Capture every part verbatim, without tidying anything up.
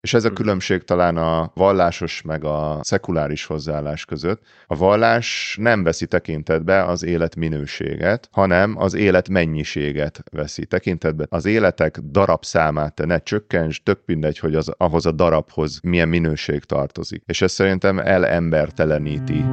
És ez a Uh-huh. különbség talán a vallásos meg a szekuláris hozzáállás között. A vallás nem veszi tekintetbe az élet minőséget, hanem az élet mennyiséget veszi tekintetbe. Az életek darabszámát te ne csökkentsd, tök mindegy, hogy az, ahhoz a darabhoz milyen minőség tartozik. És ez szerintem elemberteleníti.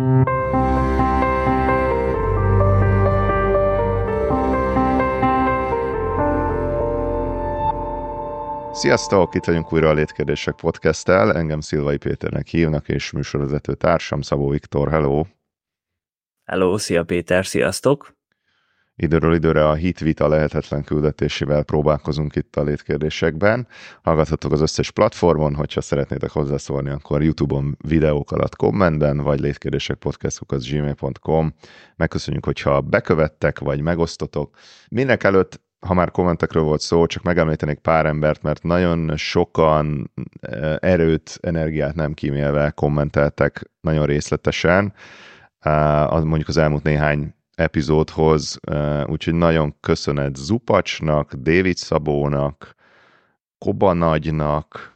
Sziasztok! Itt vagyunk újra a Létkérdések Podcast-tel. Engem Szilvai Péternek hívnak, és műsorvezető társam Szabó Viktor. Hello! Hello, szia Péter, sziasztok! Időről időre a hitvita lehetetlen küldetésével próbálkozunk itt a Létkérdésekben. Hallgathatok az összes platformon, hogyha szeretnétek hozzászólni, akkor YouTube-on videók alatt kommentben, vagy létkérdésekpodcast kukac gmail pont com. Megköszönjük, hogyha bekövettek, vagy megosztotok. Mindenek előtt, ha már kommentekről volt szó, csak megemlítenék pár embert, mert nagyon sokan erőt, energiát nem kímélve kommenteltek nagyon részletesen, mondjuk az elmúlt néhány epizódhoz, úgyhogy nagyon köszönet Zupacsnak, David Szabónak, Koba Nagynak,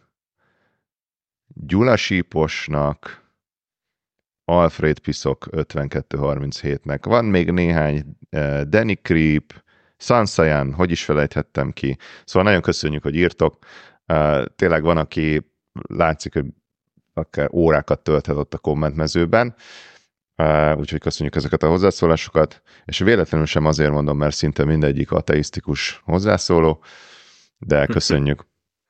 Gyula Síposnak, Alfred Piszok ötvenkettő harminchétnek. Van még néhány, Danny Creep, Sansayan, hogy is felejthettem ki. Szóval nagyon köszönjük, hogy írtok. Tényleg van, aki látszik, hogy akár órákat tölthet ott a kommentmezőben. Uh, úgyhogy köszönjük ezeket a hozzászólásokat, és véletlenül sem azért mondom, mert szinte mindegyik ateisztikus hozzászóló, de köszönjük.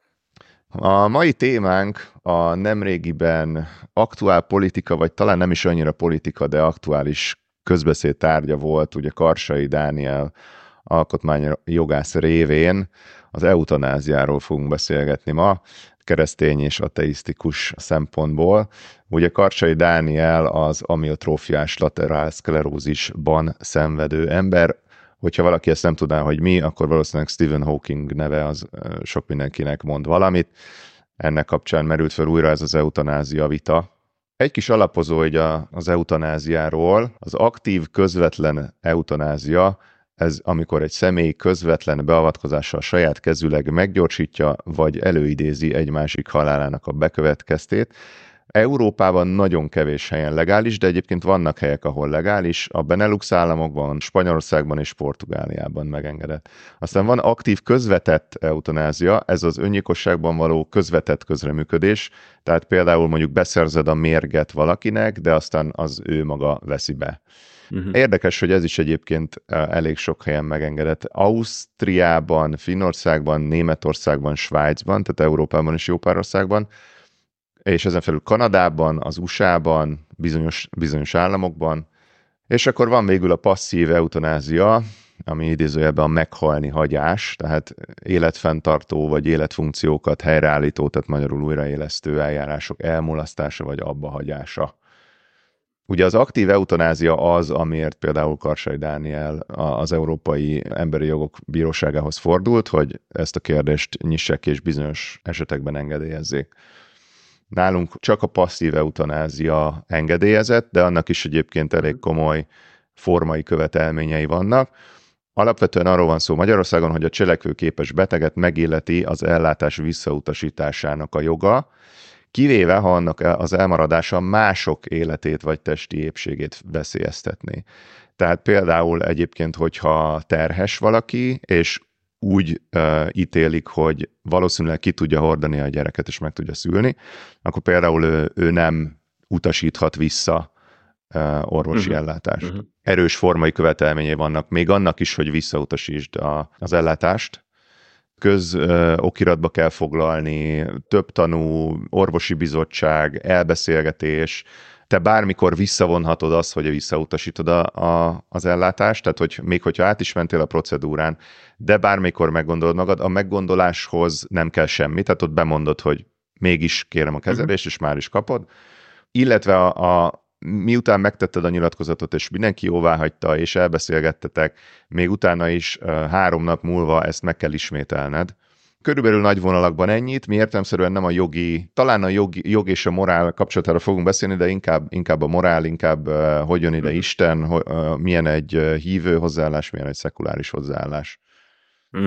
A mai témánk a nemrégiben aktuál politika, vagy talán nem is annyira politika, de aktuális közbeszéd tárgya volt, ugye Karsai Dániel alkotmányjogász révén az eutanáziáról fogunk beszélgetni ma, keresztény és ateisztikus szempontból. Ugye Karsai Dániel az amiotrófiás laterál szklerózisban szenvedő ember. Hogyha valaki ezt nem tudná, hogy mi, akkor valószínűleg Stephen Hawking neve az sok mindenkinek mond valamit. Ennek kapcsán merült fel újra ez az eutanázia vita. Egy kis alapozó hogy a, az eutanáziáról. Az aktív közvetlen eutanázia, ez amikor egy személy közvetlen beavatkozással saját kezüleg meggyorsítja, vagy előidézi egy másik halálának a bekövetkeztét. Európában nagyon kevés helyen legális, de egyébként vannak helyek, ahol legális. A Benelux államokban, Spanyolországban és Portugáliában megengedett. Aztán van aktív közvetett eutanázia, ez az öngyilkosságban való közvetett közreműködés, tehát például mondjuk beszerzed a mérget valakinek, de aztán az ő maga veszi be. Uh-huh. Érdekes, hogy ez is egyébként elég sok helyen megengedett. Ausztriában, Finnországban, Németországban, Svájcban, tehát Európában is jó pár országban, és ezen felül Kanadában, az u es á-ban, bizonyos, bizonyos államokban, és akkor van végül a passzív eutanázia, ami idézőjelben a meghalni hagyás, tehát életfenntartó vagy életfunkciókat helyreállító, tehát magyarul újraélesztő eljárások elmulasztása vagy abbahagyása. Ugye az aktív eutanázia az, amiért például Karsai Dániel az Európai Emberi Jogok Bíróságához fordult, hogy ezt a kérdést nyissák és bizonyos esetekben engedélyezzék. Nálunk csak a passzív eutanázia engedélyezett, de annak is egyébként elég komoly formai követelményei vannak. Alapvetően arról van szó Magyarországon, hogy a cselekvőképes beteget megilleti az ellátás visszautasításának a joga, kivéve, ha annak az elmaradása mások életét vagy testi épségét veszélyeztetné. Tehát például egyébként, hogyha terhes valaki, és úgy uh, ítélik, hogy valószínűleg ki tudja hordani a gyereket, és meg tudja szülni, akkor például ő, ő nem utasíthat vissza uh, orvosi uh-huh. ellátást. Uh-huh. Erős formai követelményei vannak, még annak is, hogy visszautasítsd a, az ellátást. Közokiratba kell foglalni, több tanú, orvosi bizottság, elbeszélgetés, te bármikor visszavonhatod azt, hogy visszautasítod a, a, az ellátást, tehát hogy még hogyha át is mentél a procedúrán, de bármikor meggondolod magad, a meggondoláshoz nem kell semmi, tehát ott bemondod, hogy mégis kérem a kezelést, és már is kapod. Illetve a, a miután megtetted a nyilatkozatot, és mindenki jóvá hagyta, és elbeszélgettetek, még utána is három nap múlva ezt meg kell ismételned. Körülbelül nagy vonalakban ennyit, mi értelemszerűen nem a jogi, talán a jogi, jog és a morál kapcsolatára fogunk beszélni, de inkább, inkább a morál, inkább uh, hogy jön ide uh-huh. Isten, ho, uh, milyen egy uh, hívő hozzáállás, milyen egy szekuláris hozzáállás. Uh-huh.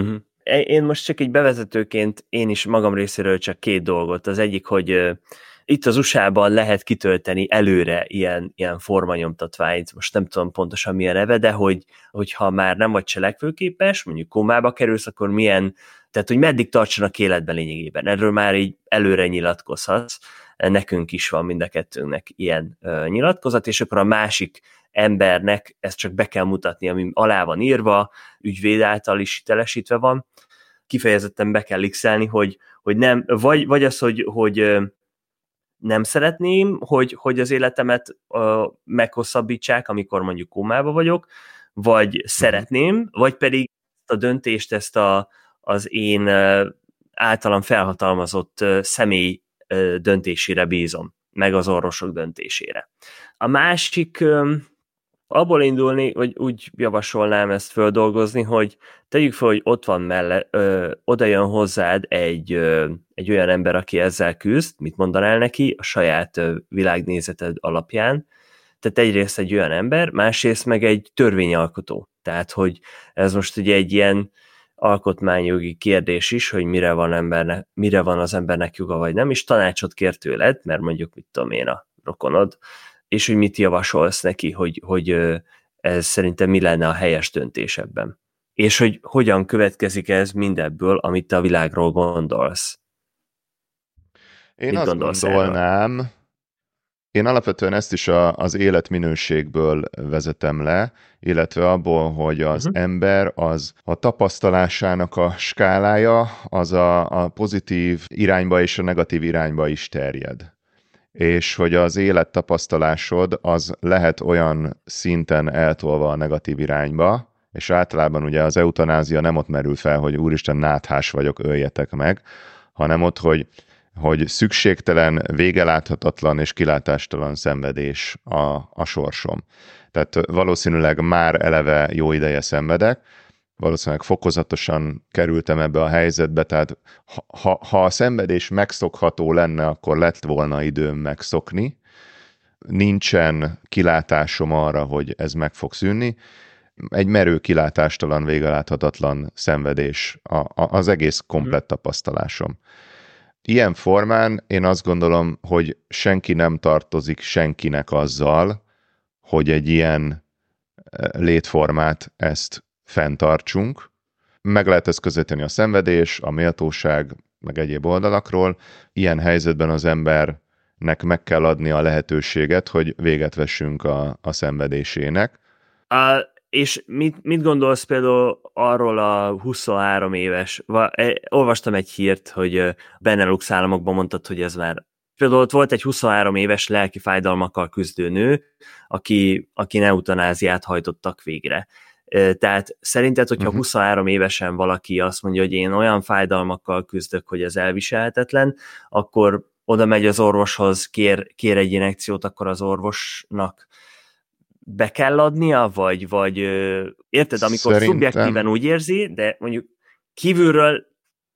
én most csak egy bevezetőként én is magam részéről csak két dolgot. Az egyik, hogy uh, itt az u es á-ban lehet kitölteni előre ilyen, ilyen formanyomtatványt, most nem tudom pontosan milyen neve, de hogy, hogyha már nem vagy cselekvőképes, mondjuk kómába kerülsz, akkor milyen, tehát hogy meddig tartsanak életben lényegében. Erről már így előre nyilatkozhatsz. Nekünk is van mind a kettőnknek ilyen uh, nyilatkozat, és akkor a másik embernek ezt csak be kell mutatni, ami alá van írva, ügyvéd által is hitelesítve van, kifejezetten be kell x-elni, hogy, hogy nem, vagy, vagy az, hogy, hogy nem szeretném, hogy, hogy az életemet uh, meghosszabbítsák, amikor mondjuk kómába vagyok, vagy szeretném, vagy pedig ezt a döntést, ezt a, az én uh, általam felhatalmazott uh, személy uh, döntésére bízom, meg az orvosok döntésére. A másik... Um, abból indulni, hogy úgy javasolnám ezt földolgozni, hogy tegyük fel, hogy ott van mellett, ö, oda jön hozzád egy, ö, egy olyan ember, aki ezzel küzd, mit mondanál neki a saját ö, világnézeted alapján. Tehát egyrészt egy olyan ember, másrészt meg egy törvényalkotó. Tehát, hogy ez most ugye egy ilyen alkotmányjogi kérdés is, hogy mire van, embernek, mire van az embernek joga, vagy nem, és tanácsot kér tőled, mert mondjuk, mit tudom én, a rokonod, és hogy mit javasolsz neki, hogy, hogy ez szerintem mi lenne a helyes döntés ebben. És hogy hogyan következik ez mindebből, amit te a világról gondolsz. Én mit azt gondolnám, erről? Én alapvetően ezt is a, az életminőségből vezetem le, illetve abból, hogy az uh-huh. ember az a tapasztalásának a skálája, az a, a pozitív irányba és a negatív irányba is terjed. És hogy az élettapasztalásod az lehet olyan szinten eltolva a negatív irányba, és általában ugye az eutanázia nem ott merül fel, hogy úristen, náthás vagyok, öljetek meg, hanem ott, hogy, hogy szükségtelen, végeláthatatlan és kilátástalan szenvedés a, a sorsom. Tehát valószínűleg már eleve jó ideje szenvedek, valószínűleg fokozatosan kerültem ebbe a helyzetbe, tehát ha, ha a szenvedés megszokható lenne, akkor lett volna időm megszokni. Nincsen kilátásom arra, hogy ez meg fog szűnni. Egy merő, kilátástalan, végeláthatatlan szenvedés a, a, az egész komplett tapasztalásom. Ilyen formán én azt gondolom, hogy senki nem tartozik senkinek azzal, hogy egy ilyen létformát ezt fenntartsunk. Meg lehet ezt közvetíteni a szenvedés, a méltóság, meg egyéb oldalakról. Ilyen helyzetben az embernek meg kell adni a lehetőséget, hogy véget vessünk a, a szenvedésének. A, és mit, mit gondolsz például arról a huszonhárom éves, va, olvastam egy hírt, hogy Benelux államokban mondtad, hogy ez már például ott volt egy huszonhárom éves lelki fájdalmakkal küzdő nő, aki, aki eutanáziát hajtottak végre. Tehát szerinted, hogyha uh-huh. huszonhárom évesen valaki azt mondja, hogy én olyan fájdalmakkal küzdök, hogy ez elviselhetetlen, akkor oda megy az orvoshoz, kér, kér egy injekciót, akkor az orvosnak be kell adnia, vagy, vagy érted, amikor Szerintem... szubjektíven úgy érzi, de mondjuk kívülről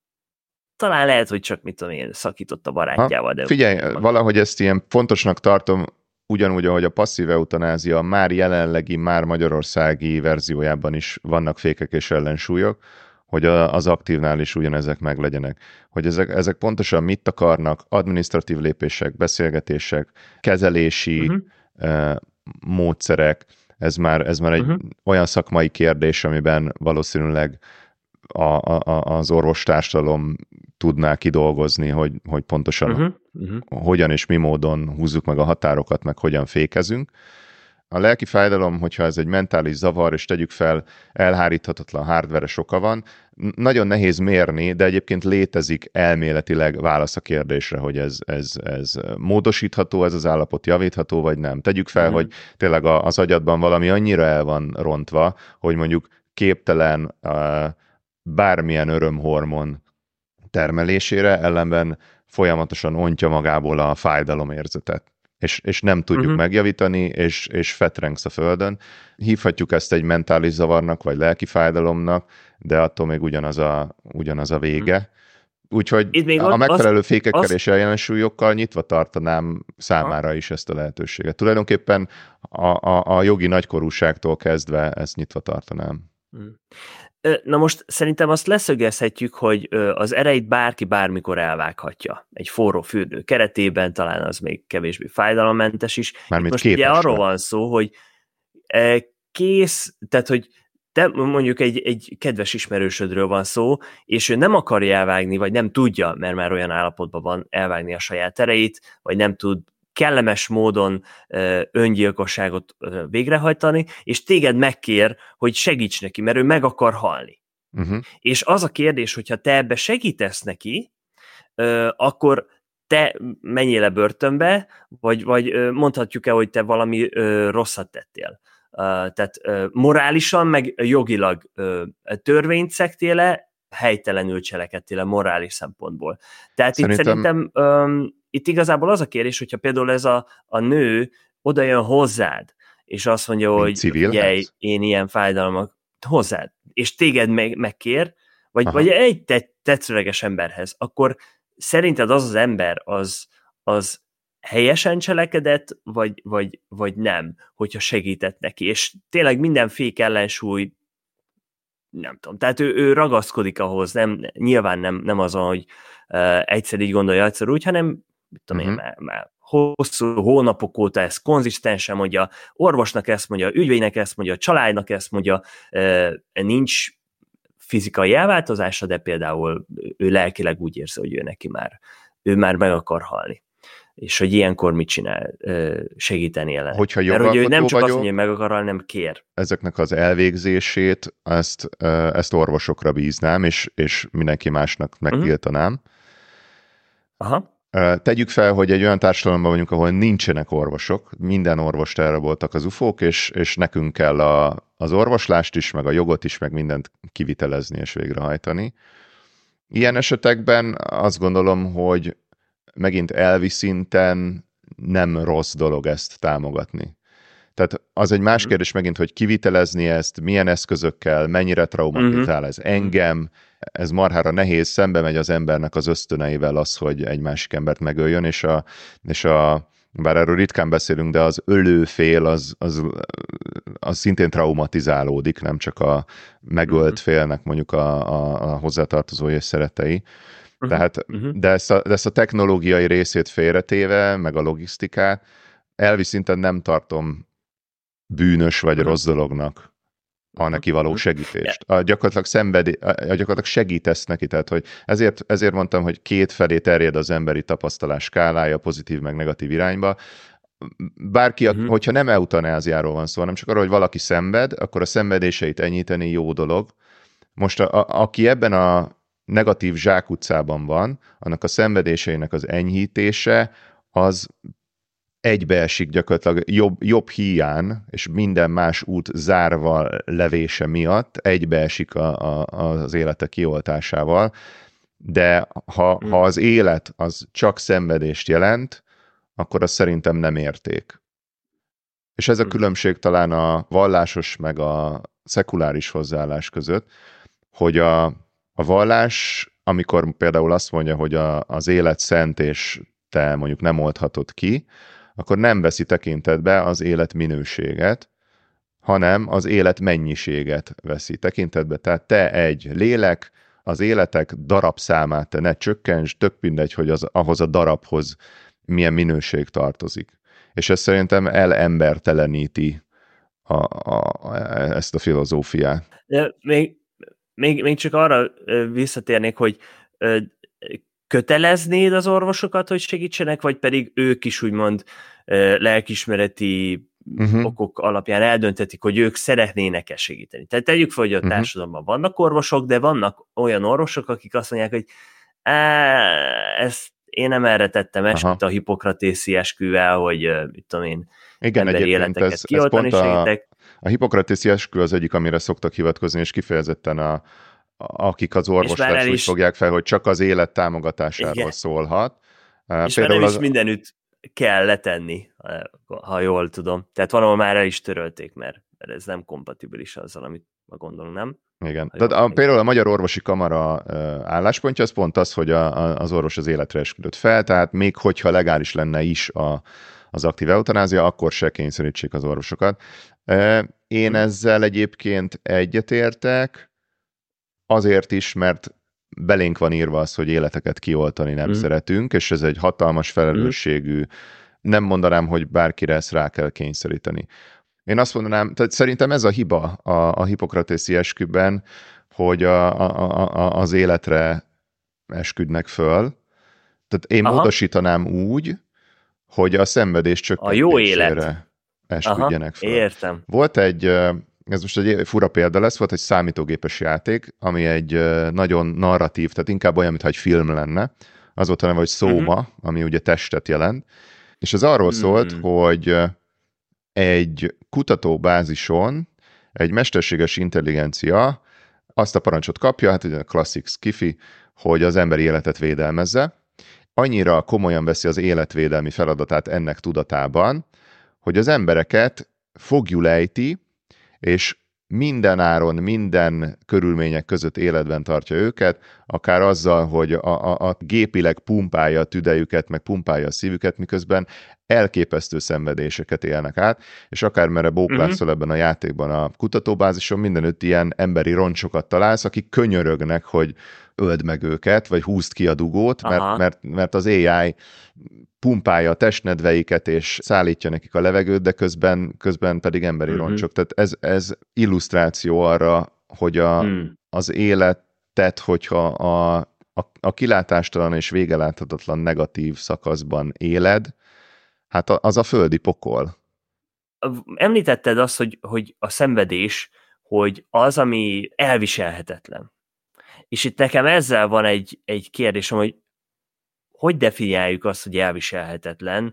talán lehet, hogy csak mit tudom én, szakított a barátjával. De figyelj, valahogy ezt ilyen fontosnak tartom, ugyanúgy, ahogy a passzív eutanázia már jelenlegi, már magyarországi verziójában is vannak fékek és ellensúlyok, hogy az aktívnál is ugyanezek meglegyenek. Hogy ezek, ezek pontosan mit akarnak, adminisztratív lépések, beszélgetések, kezelési uh-huh. uh, módszerek, ez már, ez már egy uh-huh. olyan szakmai kérdés, amiben valószínűleg a, a, az orvostársadalom tudná kidolgozni, hogy, hogy pontosan uh-huh. Uh-huh. hogyan és mi módon húzzuk meg a határokat, meg hogyan fékezünk. A lelki fájdalom, hogyha ez egy mentális zavar, és tegyük fel, elháríthatatlan hardveres oka van, nagyon nehéz mérni, de egyébként létezik elméletileg válasz a kérdésre, hogy ez, ez, ez módosítható, ez az állapot javítható, vagy nem. Tegyük fel, uh-huh. hogy tényleg az agyadban valami annyira el van rontva, hogy mondjuk képtelen uh, bármilyen örömhormon termelésére, ellenben folyamatosan ontja magából a fájdalomérzetet. És, és nem tudjuk uh-huh. megjavítani, és, és fetrengsz a földön. Hívhatjuk ezt egy mentális zavarnak, vagy lelki fájdalomnak, de attól még ugyanaz a, ugyanaz a vége. Uh-huh. Úgyhogy a megfelelő azt, fékekkel azt... és ellensúlyokkal nyitva tartanám számára ha. is ezt a lehetőséget. Tulajdonképpen a, a, a jogi nagykorúságtól kezdve ezt nyitva tartanám. Na most szerintem azt leszögezhetjük, hogy az ereit bárki bármikor elvághatja. Egy forró fürdő keretében, talán az még kevésbé fájdalommentes is. Mármint most ugye arról rá. van szó, hogy kész, tehát hogy te mondjuk egy, egy kedves ismerősödről van szó, és ő nem akarja elvágni, vagy nem tudja, mert már olyan állapotban van elvágni a saját ereit, vagy nem tud kellemes módon öngyilkosságot végrehajtani, és téged megkér, hogy segíts neki, mert ő meg akar halni. Uh-huh. És az a kérdés, hogyha te ebbe segítesz neki, akkor te menjél le börtönbe, vagy, vagy mondhatjuk-e, hogy te valami rosszat tettél. Tehát morálisan, meg jogilag törvényt szegtél-e, helytelenül cselekedtél-e morális szempontból. Tehát szerintem... itt szerintem um, itt igazából az a kérdés, hogyha például ez a, a nő oda jön hozzád, és azt mondja, mint hogy figyelj, én ilyen fájdalmak hozzád, és téged meg, megkér, vagy, vagy egy te, tetszőleges emberhez, akkor szerinted az az ember az, az helyesen cselekedett, vagy, vagy, vagy nem, hogyha segített neki, és tényleg minden fék ellensúly, nem tudom, tehát ő, ő ragaszkodik ahhoz, nem, nyilván nem, nem azon, hogy uh, egyszer így gondolja, egyszer úgy, hanem mit tudom uh-huh. én, már, már hosszú hónapok óta ezt konzisztensen mondja, orvosnak ezt mondja, ügyvédnek ezt mondja, családnak ezt mondja, uh, nincs fizikai elváltozása, de például ő lelkileg úgy érzi, hogy ő neki már, ő már meg akar halni. És hogy ilyenkor mit csinál, segíteni ellen. Hogyha mert hogy ő nem csak azt mondja, hogy meg akar, hanem kér. Ezeknek az elvégzését, ezt, ezt orvosokra bíznám, és, és mindenki másnak megtiltanám. Uh-huh. Aha. Tegyük fel, hogy egy olyan társadalomban vagyunk, ahol nincsenek orvosok, minden orvost elraboltak az ufók, és, és nekünk kell a, az orvoslást is, meg a jogot is, meg mindent kivitelezni és végrehajtani. Ilyen esetekben azt gondolom, hogy megint elvi szinten nem rossz dolog ezt támogatni. Tehát az egy más kérdés megint, hogy kivitelezni ezt, milyen eszközökkel, mennyire traumatizál ez engem, ez marhára nehéz, szembe megy az embernek az ösztöneivel az, hogy egy másik embert megöljön, és a, és a bár erről ritkán beszélünk, de az ölőfél az, az, az szintén traumatizálódik, nem csak a megölt félnek mondjuk a, a, a hozzátartozói és szerettei. Uh-huh. Tehát, uh-huh. de, ezt a, de ezt a technológiai részét félretéve, meg a logisztikát, elvi szinten nem tartom bűnös vagy uh-huh. rossz dolognak a neki való segítést. A gyakorlatilag szenvedi, a gyakorlatilag segítesz neki, tehát hogy ezért, ezért mondtam, hogy két felé terjed az emberi tapasztalás skálája, pozitív meg negatív irányba. Bárki, uh-huh. hogyha nem eutanáziáról van szó, hanem csak arról, hogy valaki szenved, akkor a szenvedéseit enyhíteni jó dolog. Most a, a, aki ebben a negatív zsákutcában van, annak a szenvedéseinek az enyhítése, az egybeesik gyakorlatilag jobb, jobb híján, és minden más út zárva levése miatt egybeesik a, a, az élete kioltásával, de ha, hmm. ha az élet az csak szenvedést jelent, akkor az szerintem nem érték. És ez a hmm. különbség talán a vallásos meg a szekuláris hozzáállás között, hogy a, a vallás, amikor például azt mondja, hogy a, az élet szent, és te mondjuk nem oldhatod ki, akkor nem veszi tekintetbe az élet minőséget, hanem az élet mennyiséget veszi tekintetbe. Tehát te egy lélek, az életek darabszámát te ne csökkentsd, tök mindegy, hogy az, ahhoz a darabhoz milyen minőség tartozik. És ez szerintem elemberteleníti a, a, a, ezt a filozófiát. De még, még, még csak arra visszatérnék, hogy köteleznéd az orvosokat, hogy segítsenek, vagy pedig ők is úgymond lelkismereti uh-huh. okok alapján eldöntetik, hogy ők szeretnének-e segíteni. Tehát tegyük fel, hogy a uh-huh. társadalomban vannak orvosok, de vannak olyan orvosok, akik azt mondják, hogy ezt én nem erre tettem esküt a hipokratészi esküvel, hogy mit tudom én, igen, emberi életeket ez, kioltani ez segítek. A, a hipokratészi eskü az egyik, amire szoktak hivatkozni, és kifejezetten a akik az orvoslás úgy is fogják fel, hogy csak az élet támogatásáról igen. szólhat. És már nem az... is mindenütt kell letenni, ha jól tudom. Tehát valahol már el is törölték, mert, mert ez nem kompatibilis azzal, amit ma gondolom, nem? Igen. Tehát a, például a Magyar Orvosi Kamara álláspontja az pont az, hogy a, a, az orvos az életre esküdött fel, tehát még hogyha legális lenne is a, az aktív eutanázia, akkor se kényszerítsék az orvosokat. Én ezzel egyébként egyetértek, azért is, mert belénk van írva az, hogy életeket kioltani nem mm. szeretünk, és ez egy hatalmas felelősségű, nem mondanám, hogy bárkire ezt rá kell kényszeríteni. Én azt mondanám, tehát szerintem ez a hiba a, a hipokratészi esküben, hogy a, a, a, az életre esküdnek föl. Tehát én Aha. módosítanám úgy, hogy a szenvedés csökkentésére a jó élet. esküdjenek föl. Értem. Volt egy, ez most egy fura példa lesz, volt egy számítógépes játék, ami egy nagyon narratív, tehát inkább olyan, mintha egy film lenne. Az volt a neve, hogy Szóma, uh-huh. ami ugye testet jelent. És ez arról uh-huh. szólt, hogy egy kutatóbázison egy mesterséges intelligencia azt a parancsot kapja, hát ugye a klasszik skifi, hogy az emberi életet védelmezze. Annyira komolyan veszi az életvédelmi feladatát ennek tudatában, hogy az embereket fogjul ejti, és minden áron, minden körülmények között életben tartja őket, akár azzal, hogy a, a, a gépileg pumpálja a tüdejüket, meg pumpálja a szívüket, miközben elképesztő szenvedéseket élnek át, és akár merre bóklászol uh-huh. ebben a játékban a kutatóbázison, mindenütt ilyen emberi roncsokat találsz, akik könyörögnek, hogy öld meg őket, vagy húzd ki a dugót, mert, mert, mert az á i pumpálja a testnedveiket, és szállítja nekik a levegőt, de közben, közben pedig emberi uh-huh. roncsok. Tehát ez, ez illusztráció arra, hogy a, hmm. az életet, hogyha a, a, a kilátástalan és végeláthatatlan negatív szakaszban éled, hát az a földi pokol. Említetted azt, hogy, hogy a szenvedés, hogy az, ami elviselhetetlen. És itt nekem ezzel van egy, egy kérdésem, hogy hogy definiáljuk azt, hogy elviselhetetlen,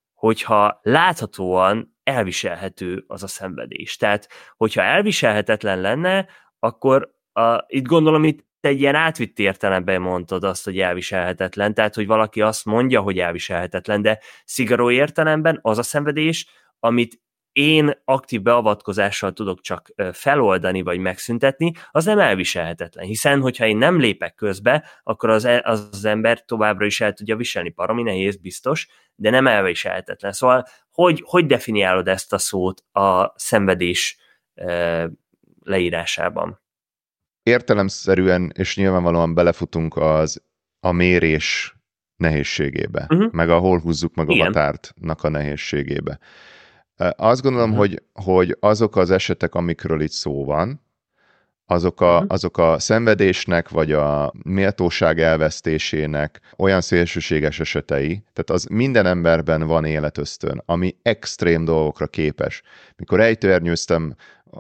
hogyha láthatóan elviselhető az a szenvedés. Tehát, hogyha elviselhetetlen lenne, akkor a, itt gondolom, itt egy ilyen átvitt értelemben mondtad azt, hogy elviselhetetlen, tehát, hogy valaki azt mondja, hogy elviselhetetlen, de szigorú értelemben az a szenvedés, amit én aktív beavatkozással tudok csak feloldani, vagy megszüntetni, az nem elviselhetetlen. Hiszen, hogyha én nem lépek közbe, akkor az, az, az ember továbbra is el tudja viselni. Baromi nehéz, biztos, de nem elviselhetetlen. Szóval, hogy, hogy definiálod ezt a szót a szenvedés e, leírásában? Értelemszerűen és nyilvánvalóan belefutunk az a mérés nehézségébe, uh-huh. meg a hol húzzuk meg Igen. a határtnak a nehézségébe. Azt gondolom, uh-huh. hogy, hogy azok az esetek, amikről itt szó van, azok a, uh-huh. azok a szenvedésnek, vagy a méltóság elvesztésének olyan szélsőséges esetei, tehát az minden emberben van életösztön, ami extrém dolgokra képes. Mikor ejtőernyőztem,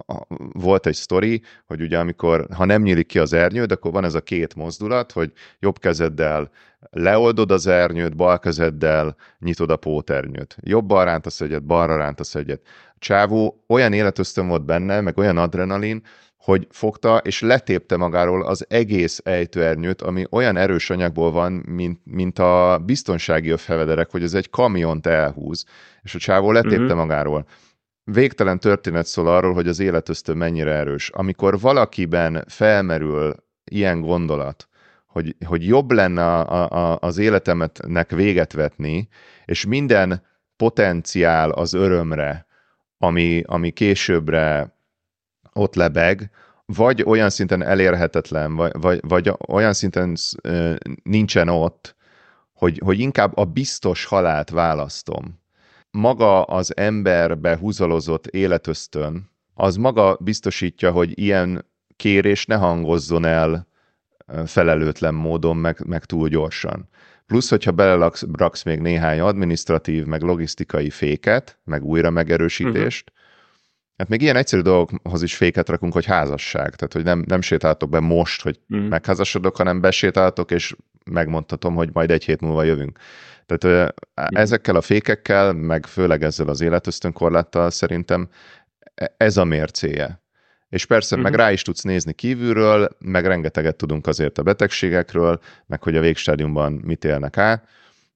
volt egy sztori, hogy ugye amikor, ha nem nyílik ki az ernyőd, akkor van ez a két mozdulat, hogy jobb kezeddel leoldod az ernyőt, bal kezeddel nyitod a póternyőt. Jobban rántasz egyet, balra rántasz egyet. A csávó olyan életösztön volt benne, meg olyan adrenalin, hogy fogta és letépte magáról az egész ejtőernyőt, ami olyan erős anyagból van, mint, mint a biztonsági öfhevederek, hogy ez egy kamiont elhúz, és a csávó letépte uh-huh. magáról. Végtelen történet szól arról, hogy az életösztön mennyire erős. Amikor valakiben felmerül ilyen gondolat, hogy, hogy jobb lenne a, a, az életemnek véget vetni, és minden potenciál az örömre, ami, ami későbbre ott lebeg, vagy olyan szinten elérhetetlen, vagy, vagy, vagy olyan szinten uh, nincsen ott, hogy, hogy inkább a biztos halált választom. Maga az emberbe húzalozott életösztön, az maga biztosítja, hogy ilyen kérés ne hangozzon el felelőtlen módon, meg, meg túl gyorsan. Plusz, hogyha beleraksz még néhány adminisztratív, meg logisztikai féket, meg újra megerősítést, uh-huh. hát még ilyen egyszerű dolgokhoz is féket rakunk, hogy házasság. Tehát, hogy nem, nem sétáltok be most, hogy uh-huh. megházasodok, hanem besétáltok, és megmondhatom, hogy majd egy hét múlva jövünk. Tehát uh-huh. ezekkel a fékekkel, meg főleg ezzel az életösztönkorláttal szerintem ez a mércéje. És persze uh-huh. meg rá is tudsz nézni kívülről, meg rengeteget tudunk azért a betegségekről, meg hogy a végstádiumban mit élnek át.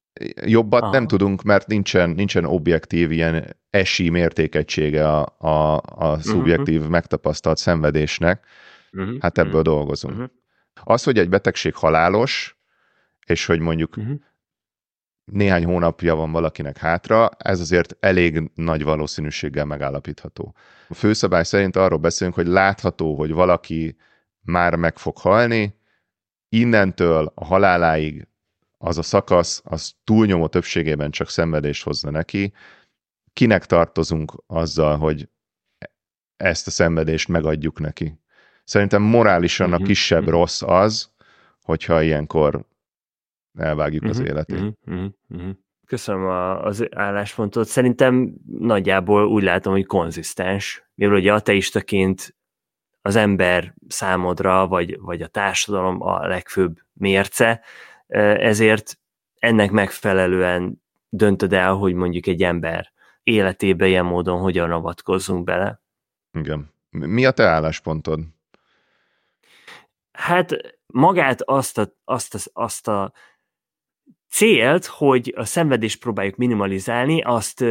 Jobbat Aha. nem tudunk, mert nincsen, nincsen objektív ilyen esi mértékegysége a, a, a szubjektív uh-huh. megtapasztalt szenvedésnek. Uh-huh. Hát ebből uh-huh. dolgozunk. Uh-huh. Az, hogy egy betegség halálos, és hogy mondjuk uh-huh. néhány hónapja van valakinek hátra, ez azért elég nagy valószínűséggel megállapítható. A főszabály szerint arról beszélünk, hogy látható, hogy valaki már meg fog halni, innentől a haláláig az a szakasz, az túlnyomó többségében csak szenvedést hozna neki. Kinek tartozunk azzal, hogy ezt a szenvedést megadjuk neki? Szerintem morálisan uh-huh. a kisebb uh-huh. rossz az, hogyha ilyenkor elvágjuk uh-huh. az életét. Uh-huh. Uh-huh. Köszönöm a, az álláspontot. Szerintem nagyjából úgy látom, hogy konzisztens. Mivel ugye ateistaként az ember számodra, vagy, vagy a társadalom a legfőbb mérce, ezért ennek megfelelően döntöd el, hogy mondjuk egy ember életébe ilyen módon hogyan avatkozzunk bele. Igen. Mi a te álláspontod? Hát magát azt a, azt a, azt a célt, hogy a szenvedést próbáljuk minimalizálni, azt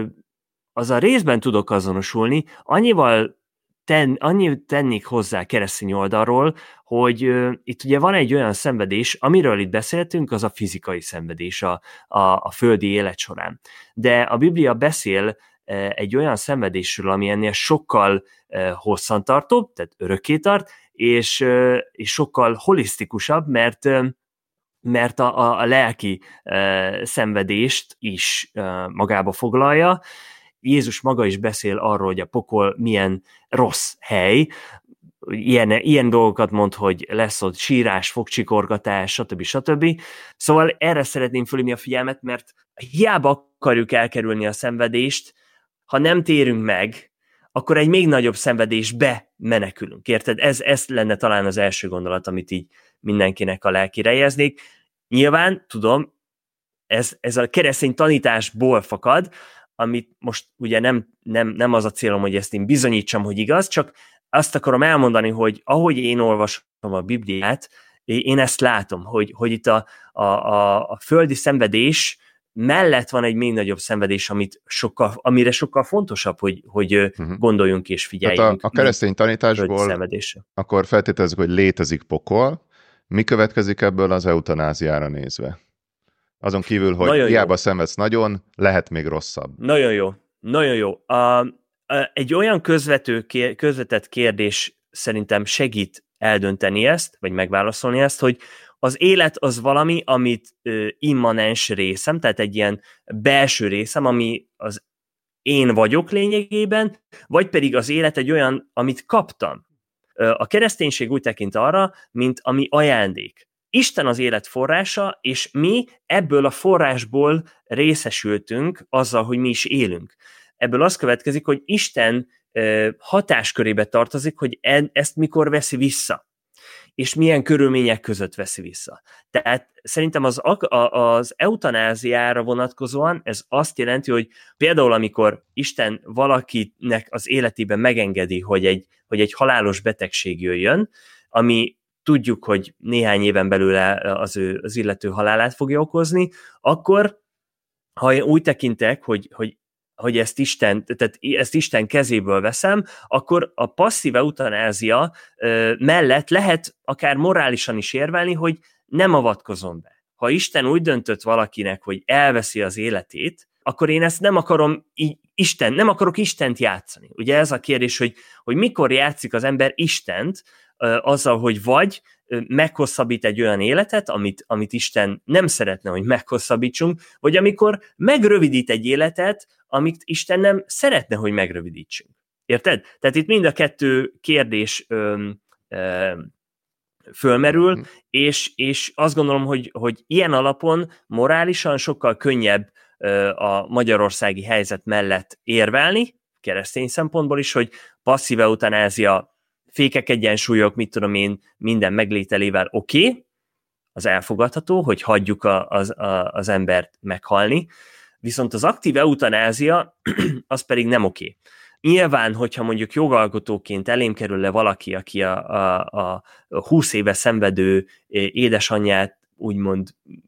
az a részben tudok azonosulni, annyival ten, annyit tennék hozzá keresztény oldalról, hogy uh, itt ugye van egy olyan szenvedés, amiről itt beszéltünk, az a fizikai szenvedés a, a, a földi élet során. De a Biblia beszél uh, egy olyan szenvedésről, ami ennél sokkal uh, hosszantartóbb, tehát örökké tart, és, uh, és sokkal holisztikusabb, mert uh, mert a, a, a lelki uh, szenvedést is uh, magába foglalja. Jézus maga is beszél arról, hogy a pokol milyen rossz hely, ilyen, ilyen dolgokat mond, hogy lesz ott sírás, fogcsikorgatás, stb. stb. Szóval erre szeretném fölhívni a figyelmet, mert hiába akarjuk elkerülni a szenvedést, ha nem térünk meg, akkor egy még nagyobb szenvedésbe menekülünk. Érted? Ez, ez lenne talán az első gondolat, amit így mindenkinek a lelkére helyeznék. Nyilván, tudom, ez, ez a keresztény tanításból fakad, amit most ugye nem, nem, nem az a célom, hogy ezt én bizonyítsam, hogy igaz, csak azt akarom elmondani, hogy ahogy én olvasom a Bibliát, én ezt látom, hogy, hogy itt a, a, a, a földi szenvedés mellett van egy még nagyobb szenvedés, amit sokkal, amire sokkal fontosabb, hogy, hogy uh-huh. gondoljunk és figyeljünk. Tehát a, a keresztény tanításból akkor feltételezzük, hogy létezik pokol. Mi következik ebből az eutanáziára nézve? Azon kívül, hogy nagyon hiába jó. Szenvedsz nagyon, lehet még rosszabb. Nagyon jó. Nagyon jó. A, a, egy olyan közvető, kér, közvetett kérdés szerintem segít eldönteni ezt, vagy megválaszolni ezt, hogy az élet az valami, amit ö, immanens részem, tehát egy ilyen belső részem, ami az én vagyok lényegében, vagy pedig az élet egy olyan, amit kaptam. A kereszténység úgy tekint arra, mint ami ajándék. Isten az élet forrása, és mi ebből a forrásból részesültünk azzal, hogy mi is élünk. Ebből az következik, hogy Isten hatáskörébe tartozik, hogy ezt mikor veszi vissza, és milyen körülmények között veszi vissza. Tehát szerintem az, az eutanáziára vonatkozóan ez azt jelenti, hogy például amikor Isten valakinek az életében megengedi, hogy egy, hogy egy halálos betegség jöjjön, ami tudjuk, hogy néhány éven belül az, ő, az illető halálát fogja okozni, akkor ha én úgy tekintek, hogy, hogy hogy ezt Isten, tehát ezt Isten kezéből veszem, akkor a passzív eutanázia mellett lehet akár morálisan is érvelni, hogy nem avatkozom be. Ha Isten úgy döntött valakinek, hogy elveszi az életét, akkor én ezt nem akarom, Isten, nem akarok Istent játszani. Ugye ez a kérdés, hogy, hogy mikor játszik az ember Istent azzal, hogy vagy meghosszabbít egy olyan életet, amit, amit Isten nem szeretne, hogy meghosszabbítsunk, vagy amikor megrövidít egy életet, amit Isten nem szeretne, hogy megrövidítsünk. Érted? Tehát itt mind a kettő kérdés ö, ö, fölmerül, mm. és, és azt gondolom, hogy, hogy ilyen alapon morálisan sokkal könnyebb ö, a magyarországi helyzet mellett érvelni, keresztény szempontból is, hogy passzív eutanázia, fékek, egyensúlyok, mit tudom én, minden meglételével oké, okay, az elfogadható, hogy hagyjuk a, az, a, az embert meghalni, viszont az aktív eutanázia az pedig nem oké. Okay. Nyilván, hogyha mondjuk jogalkotóként elém kerül le valaki, aki a, a, a húsz éve szenvedő édesanyját úgymond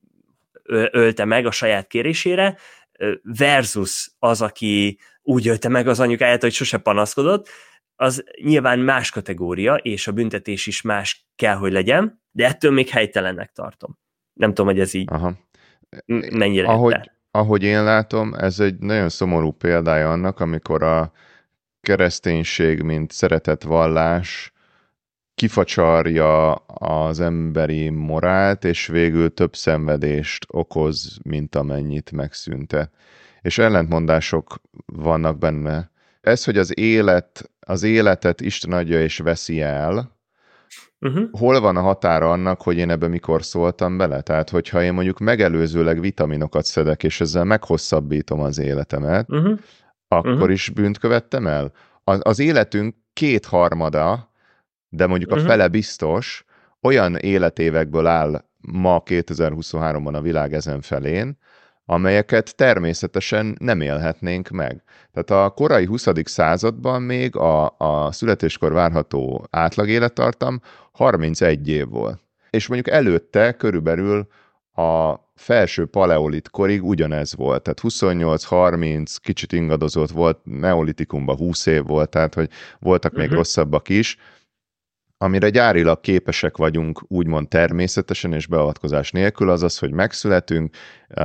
ölte meg a saját kérésére, versus az, aki úgy ölte meg az anyukáját, hogy sose panaszkodott, az nyilván más kategória, és a büntetés is más kell, hogy legyen, de ettől még helytelennek tartom. Nem tudom, hogy ez így. Aha. mennyire ahogy, ahogy én látom, ez egy nagyon szomorú példája annak, amikor a kereszténység, mint szeretett vallás kifacsarja az emberi morált, és végül több szenvedést okoz, mint amennyit megszüntet. És ellentmondások vannak benne. Ez, hogy az élet, az életet Isten adja és veszi el, Uh-huh. hol van a határa annak, hogy én ebbe mikor szóltam bele? Tehát, hogyha én mondjuk megelőzőleg vitaminokat szedek, és ezzel meghosszabbítom az életemet, uh-huh. akkor uh-huh. is bűnt követtem el? Az, az életünk kétharmada, de mondjuk uh-huh. a fele biztos, olyan életévekből áll ma kétezer-huszonháromban a világ ezen felén, amelyeket természetesen nem élhetnénk meg. Tehát a korai huszadik században még a, a születéskor várható átlag élettartam harmincegy év volt. És mondjuk előtte körülbelül a felső paleolit korig ugyanez volt, tehát huszonnyolc harminc, kicsit ingadozott volt, neolitikumban húsz év volt, tehát hogy voltak uh-huh. még rosszabbak is, amire gyárilag képesek vagyunk úgymond természetesen és beavatkozás nélkül, az az, hogy megszületünk,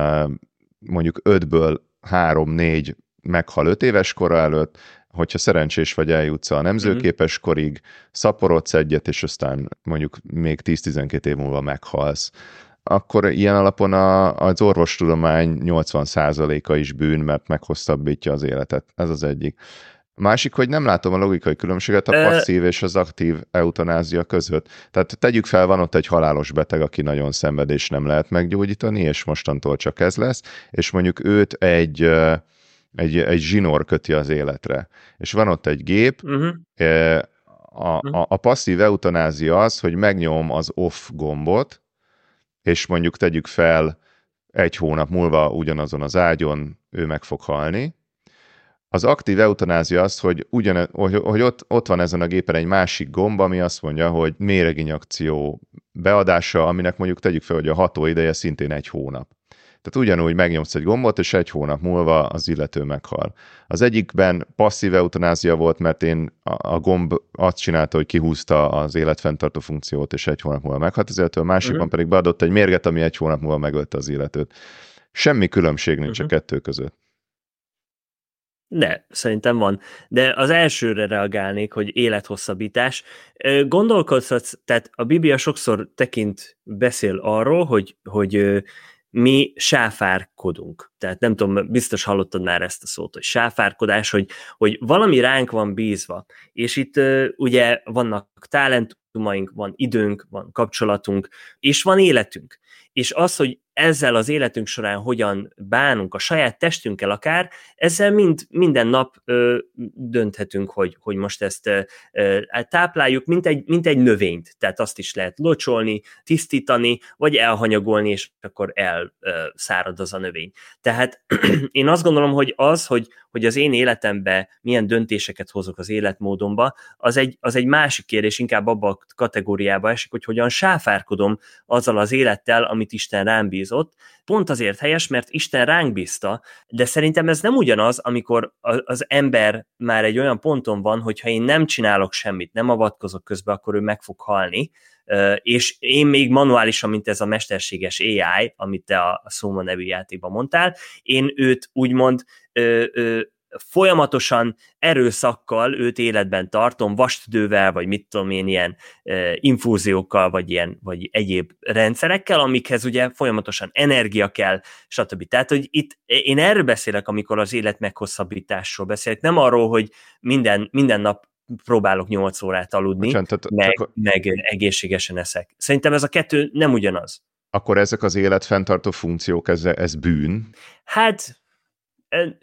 mondjuk ötből három-négy meghal öt éves kora előtt, hogyha szerencsés vagy eljutsz a nemzőképes korig, szaporodsz egyet, és aztán mondjuk még tíz-tizenkét év múlva meghalsz. Akkor ilyen alapon a, az orvostudomány nyolcvan százaléka is bűn, mert meghosszabbítja az életet. Ez az egyik. Másik, hogy nem látom a logikai különbséget a passzív és az aktív eutanázia között. Tehát tegyük fel, van ott egy halálos beteg, aki nagyon szenved és nem lehet meggyógyítani, és mostantól csak ez lesz, és mondjuk őt egy, egy, egy zsinór köti az életre. És van ott egy gép, uh-huh. a, a, a passzív eutanázia az, hogy megnyom az off gombot, és mondjuk tegyük fel, egy hónap múlva ugyanazon az ágyon ő meg fog halni. Az aktív eutanázia az, hogy, ugyan, hogy, hogy ott, ott van ezen a gépen egy másik gomb, ami azt mondja, hogy méreginjekció beadása, aminek mondjuk tegyük fel, hogy a hatóideje szintén egy hónap. Tehát ugyanúgy megnyomsz egy gombot, és egy hónap múlva az illető meghal. Az egyikben passzív eutanázia volt, mert én a, a gomb azt csinálta, hogy kihúzta az életfenntartó funkciót, és egy hónap múlva meghalt az illető, a másikban uh-huh. pedig beadott egy mérget, ami egy hónap múlva megölte az illetőt. Semmi különbség nincs uh-huh. a kettő között. De, szerintem van. De az elsőre reagálnék, hogy élethosszabbítás. Gondolkodsz, tehát a Biblia sokszor tekint, beszél arról, hogy, hogy mi sáfárkodunk. Tehát nem tudom, biztos hallottad már ezt a szót, hogy sáfárkodás, hogy, hogy valami ránk van bízva. És itt ugye vannak talentumaink, van időnk, van kapcsolatunk, és van életünk. És az, hogy ezzel az életünk során hogyan bánunk a saját testünkkel akár, ezzel mind, minden nap ö, dönthetünk, hogy, hogy most ezt ö, ö, tápláljuk, mint egy, mint egy növényt. Tehát azt is lehet locsolni, tisztítani, vagy elhanyagolni, és akkor elszárad az a növény. Tehát én azt gondolom, hogy az, hogy, hogy az én életemben milyen döntéseket hozok az életmódomba, az egy, az egy másik kérdés, inkább abba a kategóriába esik, hogy hogyan sáfárkodom azzal az élettel, amit Isten rám bízott. Pont azért helyes, mert Isten ránk bízta, de szerintem ez nem ugyanaz, amikor az ember már egy olyan ponton van, hogyha én nem csinálok semmit, nem avatkozok közbe, akkor ő meg fog halni, és én még manuálisan, mint ez a mesterséges á i, amit te a Soma nevű játékban mondtál, én őt úgymond ö, ö, folyamatosan erőszakkal őt életben tartom, vastidővel, vagy mit tudom én, ilyen e, infúziókkal, vagy ilyen, vagy egyéb rendszerekkel, amikhez ugye folyamatosan energia kell, stb. Tehát, hogy itt én erről beszélek, amikor az élet meghosszabbításról beszélek, nem arról, hogy minden, minden nap próbálok nyolc órát aludni, Bocsán, tehát, meg, csak... meg egészségesen eszek. Szerintem ez a kettő nem ugyanaz. Akkor ezek az életfenntartó funkciók, ez, ez bűn? Hát... E...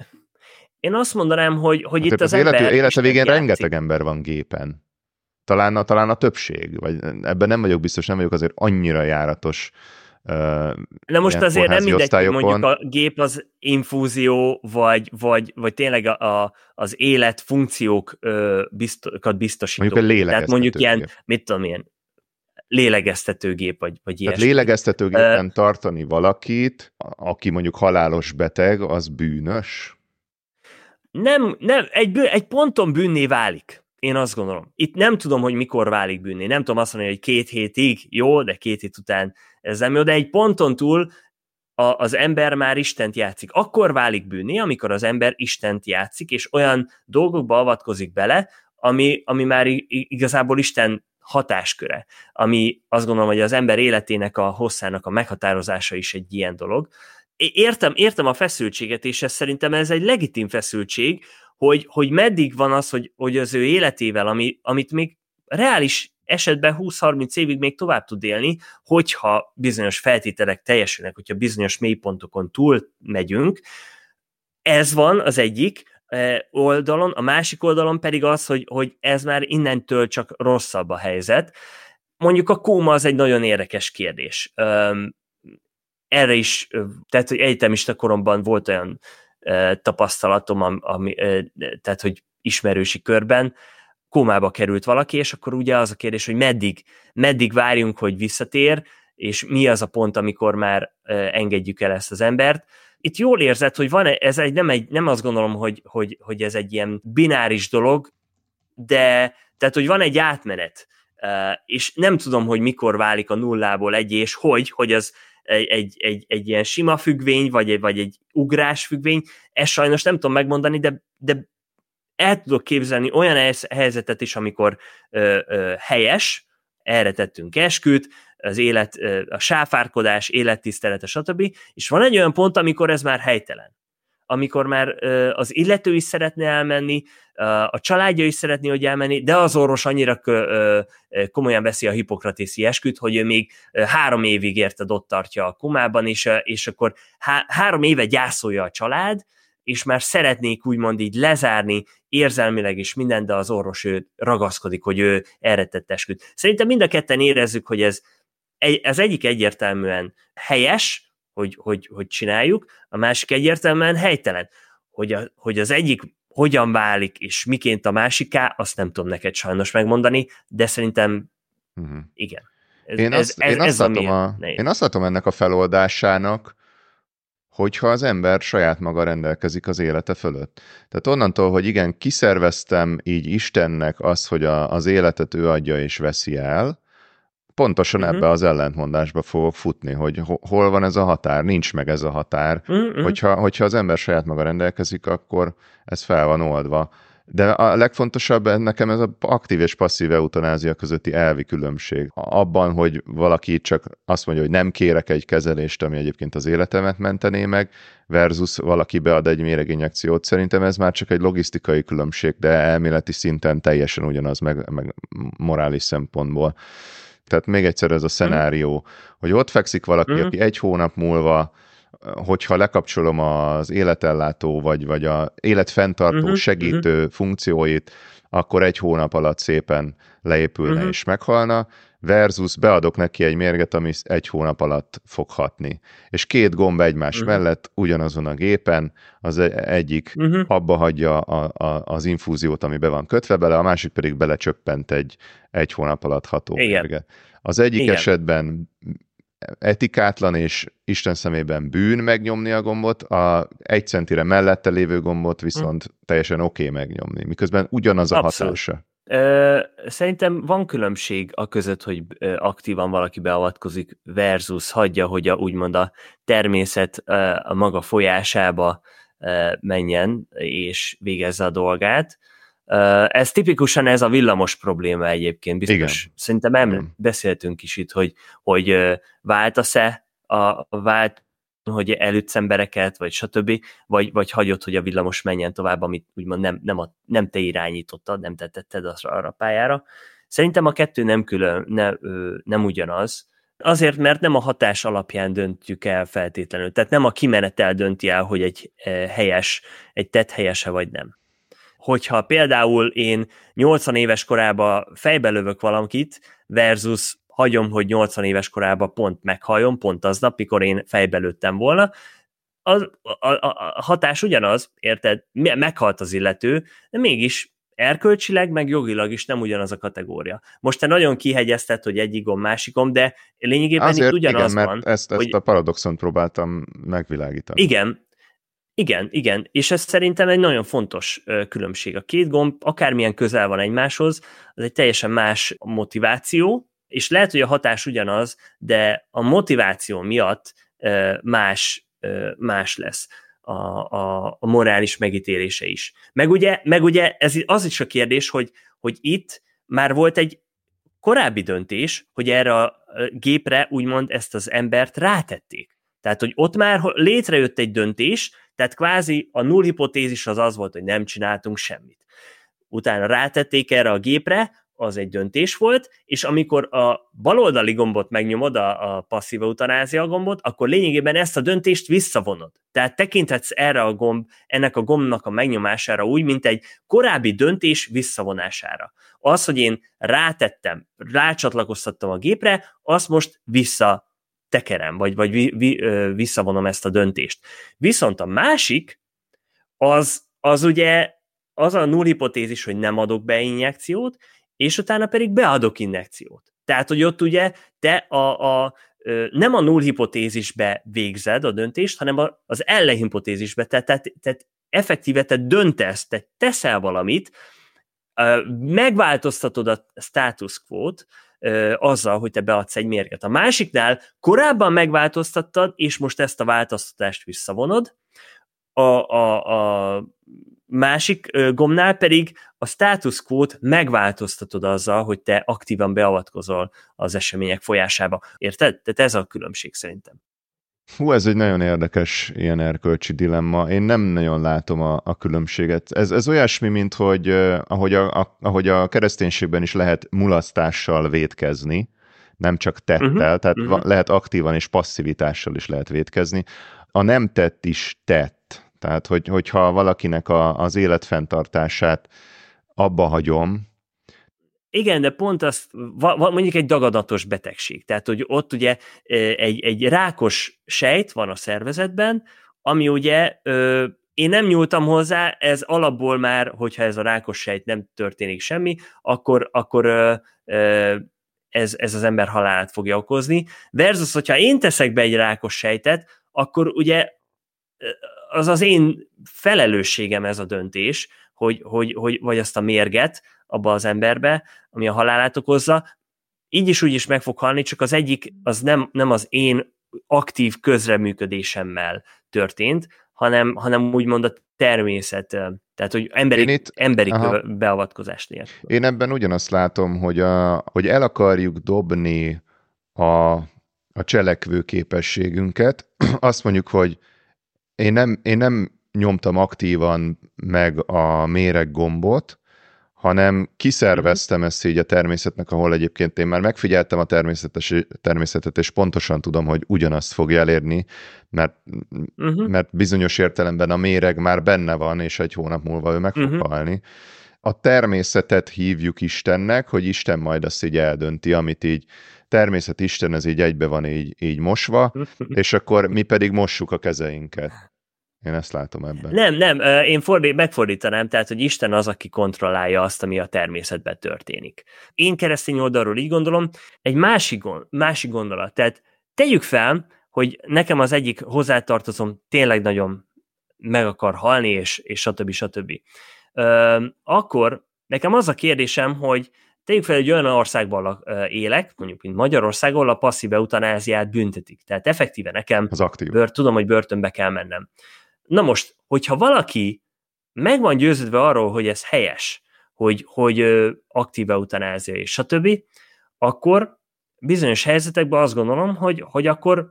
Én azt mondanám, hogy, hogy hát itt az, az ember... Élete, élete végén játszik. Rengeteg ember van gépen. Talán a, talán a többség, vagy ebben nem vagyok biztos, nem vagyok azért annyira járatos. Uh, Na most azért nem mindegy, hogy mondjuk a gép az infúzió, vagy, vagy, vagy tényleg a, a, az élet funkciókat biztosító. Mondjuk a lélegeztető. Tehát mondjuk gép. ilyen, mit tudom én, lélegeztetőgép, vagy, vagy ilyesmi. Tehát lélegeztetőgépen uh, tartani valakit, aki mondjuk halálos beteg, az bűnös? Nem, nem, egy, egy ponton bűnné válik. Én azt gondolom. Itt nem tudom, hogy mikor válik bűnné. Nem tudom azt mondani, hogy két hétig, jó, de két hét után ez nem jó, de egy ponton túl a, az ember már Istent játszik. Akkor válik bűnné, amikor az ember Istent játszik, és olyan dolgokba avatkozik bele, ami, ami már igazából Isten hatásköre, ami azt gondolom, hogy az ember életének a hosszának a meghatározása is egy ilyen dolog. Értem, értem a feszültséget, és ez szerintem ez egy legitim feszültség, hogy, hogy meddig van az, hogy, hogy az ő életével, ami, amit még reális esetben húsz-harminc évig még tovább tud élni, hogyha bizonyos feltételek teljesülnek, hogyha bizonyos mélypontokon túl megyünk. Ez van az egyik oldalon, a másik oldalon pedig az, hogy, hogy ez már innentől csak rosszabb a helyzet. Mondjuk a kóma az egy nagyon érdekes kérdés. Erre is, tehát hogy egyetemista koromban volt olyan tapasztalatom, ami, tehát hogy ismerősi körben kómába került valaki, és akkor ugye az a kérdés, hogy meddig, meddig várjunk, hogy visszatér, és mi az a pont, amikor már engedjük el ezt az embert. Itt jól érzed, hogy van ez egy, nem, egy, nem azt gondolom, hogy, hogy, hogy ez egy ilyen bináris dolog, de tehát, hogy van egy átmenet, és nem tudom, hogy mikor válik a nullából egy, és hogy, hogy az egy, egy, egy, egy ilyen sima függvény, vagy egy, vagy egy ugrás függvény, ezt sajnos nem tudom megmondani, de, de el tudok képzelni olyan helyzetet is, amikor ö, ö, helyes, erre tettünk esküt, az élet, ö, a sáfárkodás, élettisztelete, stb. És van egy olyan pont, amikor ez már helytelen. Amikor már ö, az illető is szeretne elmenni, ö, a családja is szeretné, hogy elmenni, de az orvos annyira ö, ö, komolyan veszi a hipokratészi esküt, hogy ő még ö, három évig érted ott tartja a komában, és, ö, és akkor há- három éve gyászolja a család, és már szeretnék úgymond így lezárni érzelmileg is minden, de az orvos ő ragaszkodik, hogy ő erre tett esküt. Szerintem mind a ketten érezzük, hogy ez, ez egyik egyértelműen helyes, hogy, hogy, hogy csináljuk, a másik egyértelműen helytelen. Hogy, a, hogy az egyik hogyan válik, és miként a másiká, azt nem tudom neked sajnos megmondani, de szerintem uh-huh. igen. Ez, én, azt, ez, én, ez azt látom a, én azt látom ennek a feloldásának, hogyha az ember saját maga rendelkezik az élete fölött. Tehát onnantól, hogy igen, kiszerveztem így Istennek az, hogy a, az életet ő adja és veszi el, pontosan uh-huh. ebbe az ellentmondásba fogok futni, hogy hol van ez a határ, nincs meg ez a határ. Uh-huh. Hogyha, hogyha az ember saját maga rendelkezik, akkor ez fel van oldva. De a legfontosabb nekem ez az aktív és passzív eutanázia közötti elvi különbség. Abban, hogy valaki csak azt mondja, hogy nem kérek egy kezelést, ami egyébként az életemet mentené meg, versus valaki bead egy méreginjekciót. Szerintem ez már csak egy logisztikai különbség, de elméleti szinten teljesen ugyanaz, meg, meg morális szempontból. Tehát még egyszer ez a szenárió, mm. hogy ott fekszik valaki, mm. aki egy hónap múlva, hogyha lekapcsolom az életellátó, vagy, vagy a életfenntartó uh-huh, segítő uh-huh. funkcióit, akkor egy hónap alatt szépen leépülne uh-huh. és meghalna, versus beadok neki egy mérget, ami egy hónap alatt fog hatni. És két gomb egymás uh-huh. mellett ugyanazon a gépen, az egyik uh-huh. abba hagyja a, a, az infúziót, ami be van kötve bele, a másik pedig belecsöppent egy egy hónap alatt ható Igen. mérget. Az egyik Igen. esetben etikátlan és Isten szemében bűn megnyomni a gombot, a egy centire mellette lévő gombot viszont hm. teljesen oké okay megnyomni, miközben ugyanaz a Abszolút. hatása. Ö, szerintem van különbség a között, hogy aktívan valaki beavatkozik versus hagyja, hogy a, úgymond a természet a maga folyásába menjen és végezze a dolgát. Ez tipikusan ez a villamos probléma egyébként, biztos. Igen. Szerintem em, beszéltünk is itt, hogy, hogy váltasz-e a, a vált, hogy elütsz embereket, vagy stb., vagy, vagy hagyod, hogy a villamos menjen tovább, amit úgymond nem, nem, a, nem te irányítottad, nem te tetted arra a pályára. Szerintem a kettő nem külön, ne, nem ugyanaz. Azért, mert nem a hatás alapján döntjük el feltétlenül. Tehát nem a kimenetel dönti el, hogy egy helyes, egy tett helyese vagy nem. Hogyha például én nyolcvan éves korában fejbe lövök valamit, versus hagyom, hogy nyolcvan éves korában pont meghalljon, pont aznap, mikor én fejbe lőttem volna, a, a, a hatás ugyanaz, érted? Meghalt az illető, de mégis erkölcsileg, meg jogilag is nem ugyanaz a kategória. Most te nagyon kihegyezted, hogy egyikon, másikon, de lényegében Azért, itt ugyanaz igen, van. Mert ezt, ezt hogy... a paradoxont próbáltam megvilágítani. Igen, Igen, igen, és ez szerintem egy nagyon fontos ö, különbség. A két gomb akármilyen közel van egymáshoz, az egy teljesen más motiváció, és lehet, hogy a hatás ugyanaz, de a motiváció miatt más, más lesz a, a, a morális megítélése is. Meg ugye, meg ugye ez az is a kérdés, hogy, hogy itt már volt egy korábbi döntés, hogy erre a gépre úgymond ezt az embert rátették. Tehát, hogy ott már létrejött egy döntés, tehát kvázi a null hipotézis az az volt, hogy nem csináltunk semmit. Utána rátették erre a gépre, az egy döntés volt, és amikor a baloldali gombot megnyomod, a, a passzív eutanázia gombot, akkor lényegében ezt a döntést visszavonod. Tehát tekinthetsz erre a gomb, ennek a gombnak a megnyomására úgy, mint egy korábbi döntés visszavonására. Az, hogy én rátettem, rácsatlakoztattam a gépre, azt most visszatekerem, vagy, vagy vi, vi, visszavonom ezt a döntést. Viszont a másik, az, az ugye az a null hipotézis, hogy nem adok be injekciót, és utána pedig beadok injekciót. Tehát, hogy ott ugye te a, a, nem a null hipotézisbe végzed a döntést, hanem az ellenhipotézisbe, tehát, tehát, tehát effektíve te döntesz, te teszel valamit, megváltoztatod a status quo-t azzal, hogy te beadsz egy mérget. A másiknál korábban megváltoztattad, és most ezt a változtatást visszavonod, a, a, a másik gombnál pedig a status quo-t megváltoztatod azzal, hogy te aktívan beavatkozol az események folyásába. Érted? Tehát ez a különbség szerintem. Hú, ez egy nagyon érdekes ilyen erkölcsi dilemma. Én nem nagyon látom a, a különbséget. Ez, ez olyasmi, mint hogy uh, ahogy, a, a, ahogy a kereszténységben is lehet mulasztással vétkezni, nem csak tettel, uh-huh, tehát uh-huh. lehet aktívan és passzivitással is lehet vétkezni. A nem tett is tett. Tehát, hogy, hogyha valakinek a, az életfenntartását abba hagyom. Igen, de pont az, mondjuk egy daganatos betegség. Tehát, hogy ott ugye egy, egy rákos sejt van a szervezetben, ami ugye én nem nyúltam hozzá, ez alapból már, hogyha ez a rákos sejt nem történik semmi, akkor, akkor ez, ez az ember halálát fogja okozni. Versus, hogyha én teszek be egy rákos sejtet, akkor ugye az az én felelősségem ez a döntés, hogy, hogy, hogy vagy azt a mérget abba az emberbe, ami a halálát okozza, így is úgy is meg fog halni, csak az egyik az nem, nem az én aktív közreműködésemmel történt, hanem, hanem úgymond a természet, tehát hogy emberi, itt, emberi beavatkozás nélkül. Én ebben ugyanazt látom, hogy, a, hogy el akarjuk dobni a, a cselekvő képességünket, azt mondjuk, hogy Én nem, én nem nyomtam aktívan meg a méreg gombot, hanem kiszerveztem ezt így a természetnek, ahol egyébként én már megfigyeltem a természetet, és pontosan tudom, hogy ugyanazt fogja elérni, mert, uh-huh. mert bizonyos értelemben a méreg már benne van, és egy hónap múlva ő meg fog uh-huh. halni. A természetet hívjuk Istennek, hogy Isten majd azt így eldönti, amit így természet Isten, ez így egybe van így, így mosva, és akkor mi pedig mossuk a kezeinket. Én ezt látom ebben. Nem, nem, én fordít, megfordítanám, tehát, hogy Isten az, aki kontrollálja azt, ami a természetben történik. Én keresztény oldalról így gondolom, egy másik, gond, másik gondolat, tehát tegyük fel, hogy nekem az egyik hozzátartozom tényleg nagyon meg akar halni, és, és stb. stb. Ö, akkor nekem az a kérdésem, hogy tegyük fel, hogy olyan országban élek, mondjuk, mint Magyarországon, ahol a passzív eutanáziát büntetik. Tehát effektíve nekem bőr, tudom, hogy börtönbe kell mennem. Na most, hogyha valaki meg van győződve arról, hogy ez helyes, hogy, hogy aktív eutanázia és stb., akkor bizonyos helyzetekben azt gondolom, hogy, hogy akkor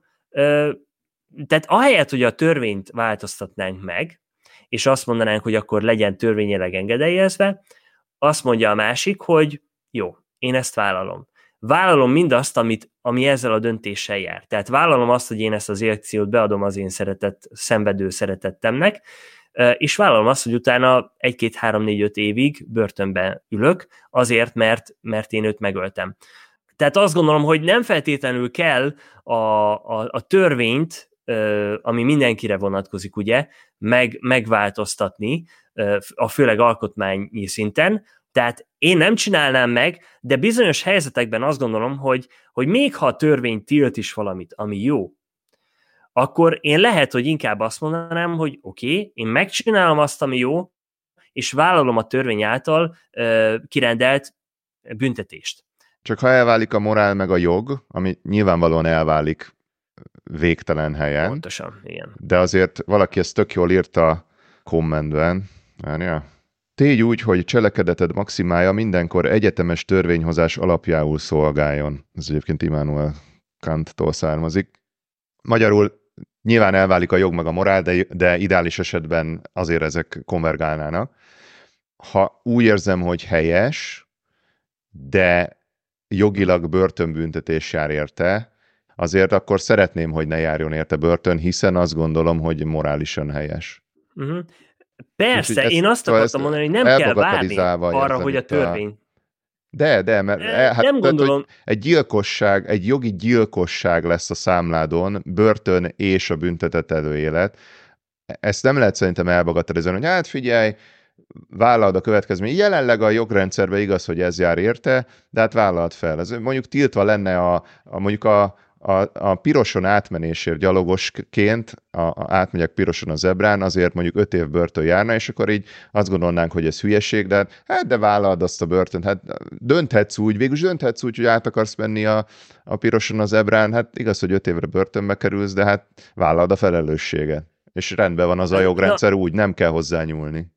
tehát ahelyett, hogy a törvényt változtatnánk meg, és azt mondanánk, hogy akkor legyen törvényileg engedélyezve, azt mondja a másik, hogy jó, én ezt vállalom. Vállalom mindazt, amit, ami ezzel a döntéssel jár. Tehát vállalom azt, hogy én ezt az injekciót beadom az én szeretett, szenvedő szeretettemnek, és vállalom azt, hogy utána egy-két-három-négy-öt évig börtönben ülök, azért, mert, mert én őt megöltem. Tehát azt gondolom, hogy nem feltétlenül kell a, a, a törvényt, ami mindenkire vonatkozik, ugye, meg, megváltoztatni, a főleg alkotmányi szinten. Tehát én nem csinálnám meg, de bizonyos helyzetekben azt gondolom, hogy, hogy még ha a törvény tilt is valamit, ami jó, akkor én lehet, hogy inkább azt mondanám, hogy oké, okay, én megcsinálom azt, ami jó, és vállalom a törvény által uh, kirendelt büntetést. Csak ha elválik a morál meg a jog, ami nyilvánvalóan elválik végtelen helyen. Pontosan, igen. De azért valaki ezt tök jól írta kommentben. Várja. Tégy úgy, hogy cselekedeted maximája mindenkor egyetemes törvényhozás alapjául szolgáljon. Ez egyébként Immanuel Kanttól származik. Magyarul nyilván elválik a jog meg a morál, de, de ideális esetben azért ezek konvergálnának. Ha úgy érzem, hogy helyes, de jogilag börtönbüntetés jár érte, azért akkor szeretném, hogy ne járjon érte börtön, hiszen azt gondolom, hogy morálisan helyes. Uh-huh. Persze, ezt, én azt szóval akartam mondani, hogy nem kell várni arra, hogy a törvény... A... De, de, mert e, hát, nem tehát, gondolom. Egy gyilkosság, egy jogi gyilkosság lesz a számládon, börtön és a büntetett előélet. Ezt nem lehet szerintem elbagatelizálni, hogy hát figyelj, vállalod a következmény. Jelenleg a jogrendszerben igaz, hogy ez jár érte, de hát vállalod fel. Ez mondjuk tiltva lenne a, a mondjuk a A, a piroson átmenésért gyalogosként, a, a, átmegyek piroson a zebrán, azért mondjuk öt év börtön járna, és akkor így azt gondolnánk, hogy ez hülyeség, de hát de vállalod azt a börtönt, hát dönthetsz úgy, végülis dönthetsz úgy, hogy át akarsz menni a, a piroson a zebrán, hát igaz, hogy öt évre börtönbe kerülsz, de hát vállalod a felelősséget. És rendben van az a jogrendszer, úgy nem kell hozzányúlni.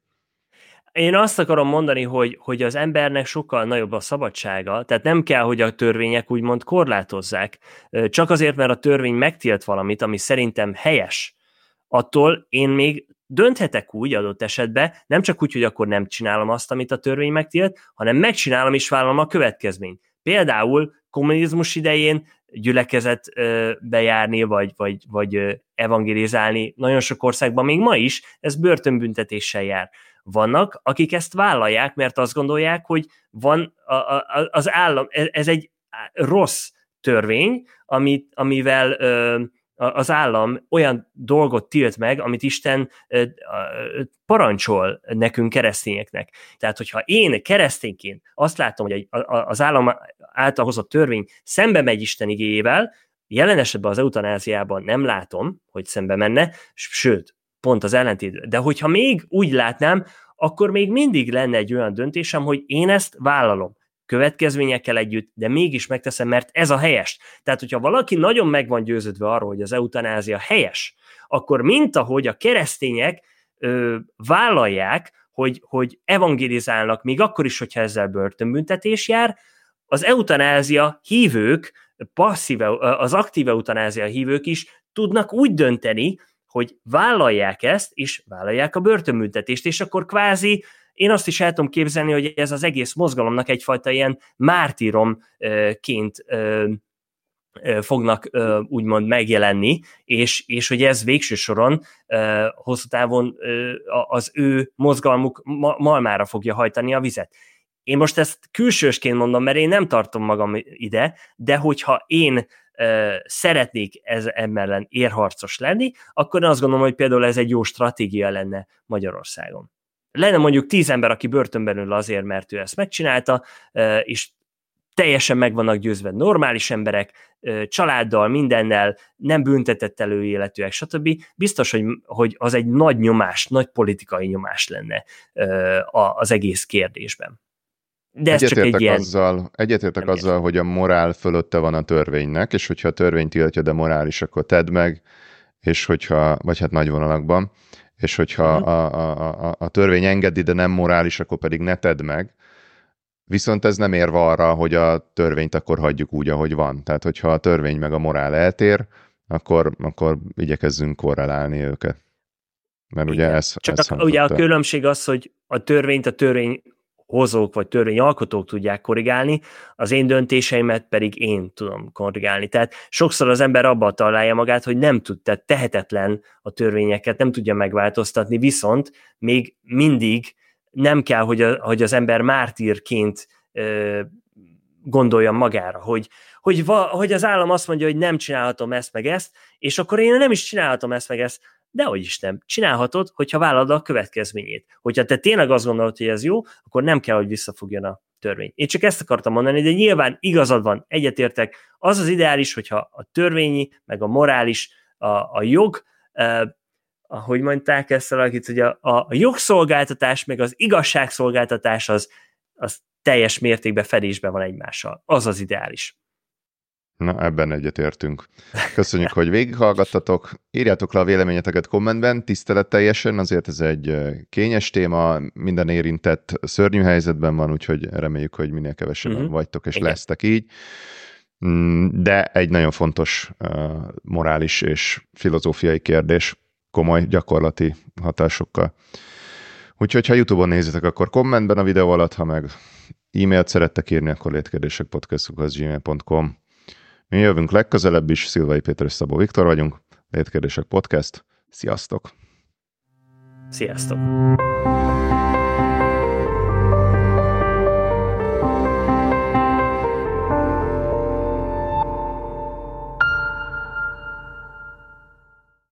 Én azt akarom mondani, hogy, hogy az embernek sokkal nagyobb a szabadsága, tehát nem kell, hogy a törvények úgymond korlátozzák. Csak azért, mert a törvény megtilt valamit, ami szerintem helyes, attól én még dönthetek úgy adott esetben, nem csak úgy, hogy akkor nem csinálom azt, amit a törvény megtilt, hanem megcsinálom és vállalom a következményt. Például kommunizmus idején gyülekezetbe járni, vagy, vagy, vagy evangelizálni nagyon sok országban, még ma is, ez börtönbüntetéssel jár. Vannak, akik ezt vállalják, mert azt gondolják, hogy van a, a, az állam, ez egy rossz törvény, amit, amivel ö, az állam olyan dolgot tilt meg, amit Isten ö, parancsol nekünk keresztényeknek. Tehát, hogyha én keresztényként azt látom, hogy az állam által hozott törvény szembe megy Isten igéjével, jelen esetben az eutanáziában nem látom, hogy szembe menne, sőt, pont az ellentét. De hogyha még úgy látnám, akkor még mindig lenne egy olyan döntésem, hogy én ezt vállalom következményekkel együtt, de mégis megteszem, mert ez a helyes. Tehát, hogyha valaki nagyon meg van győződve arról, hogy az eutanázia helyes, akkor mint ahogy a keresztények ö, vállalják, hogy, hogy evangelizálnak, még akkor is, hogyha ezzel börtönbüntetés jár, az eutanázia hívők, passzív, az aktív eutanázia hívők is tudnak úgy dönteni, hogy vállalják ezt, és vállalják a börtönbüntetést, és akkor kvázi én azt is el tudom képzelni, hogy ez az egész mozgalomnak egyfajta ilyen mártíromként fognak úgymond megjelenni, és, és hogy ez végső soron hosszú távon az ő mozgalmuk malmára fogja hajtani a vizet. Én most ezt külsősként mondom, mert én nem tartom magam ide, de hogyha én szeretnék ez ellen érharcos lenni, akkor azt gondolom, hogy például ez egy jó stratégia lenne Magyarországon. Lenne mondjuk tíz ember, aki börtönben ül azért, mert ő ezt megcsinálta, és teljesen meg vannak győzve normális emberek, családdal, mindennel, nem büntetett előéletűek, stb. Biztos, hogy, hogy az egy nagy nyomás, nagy politikai nyomás lenne az egész kérdésben. De ez egyetértek csak egy ilyen... azzal, egyetértek azzal, értem. Hogy a morál fölötte van a törvénynek, és hogyha a törvény tiltja, de morális, akkor tedd meg, és hogyha, vagy hát nagy vonalakban, és hogyha uh-huh. a, a, a, a törvény engedi, de nem morális, akkor pedig ne tedd meg. Viszont ez nem érve arra, hogy a törvényt akkor hagyjuk úgy, ahogy van. Tehát, hogyha a törvény meg a morál eltér, akkor, akkor igyekezzünk korrelálni őket. Mert igen. Ugye ez... Csak ez a, ugye a különbség az, hogy a törvényt a törvény hozók vagy törvényalkotók tudják korrigálni, az én döntéseimet pedig én tudom korrigálni. Tehát sokszor az ember abba találja magát, hogy nem tud, tehát tehetetlen a törvényeket, nem tudja megváltoztatni, viszont még mindig nem kell, hogy, a, hogy az ember mártírként ö, gondolja magára, hogy, hogy, va, hogy az állam azt mondja, hogy nem csinálhatom ezt meg ezt, és akkor én nem is csinálhatom ezt meg ezt, dehogy is nem. Csinálhatod, hogyha vállalod a következményét. Hogyha te tényleg azt gondolod, hogy ez jó, akkor nem kell, hogy visszafogjon a törvény. Én csak ezt akartam mondani, de nyilván igazad van, egyetértek. Az az ideális, hogyha a törvényi, meg a morális, a, a jog, eh, ahogy mondták ezt valakit, hogy a, a jogszolgáltatás, meg az igazságszolgáltatás az, az teljes mértékben fedésben van egymással. Az az ideális. Na, ebben egyetértünk. Köszönjük, hogy végighallgattatok. Írjátok le a véleményeteket kommentben, tiszteletteljesen, azért ez egy kényes téma, minden érintett szörnyű helyzetben van, úgyhogy reméljük, hogy minél kevesebben uh-huh. vagytok, és Igen. lesztek így. De egy nagyon fontos uh, morális és filozófiai kérdés, komoly gyakorlati hatásokkal. Úgyhogy, ha YouTube-on nézitek, akkor kommentben a videó alatt, ha meg e-mailt szerettek írni, akkor létkérdések podcast kukac gmail pont com. Mi jövünk legközelebb is, Szilvai Péter és Szabó Viktor vagyunk, Létkérdések Podcast. Sziasztok! Sziasztok!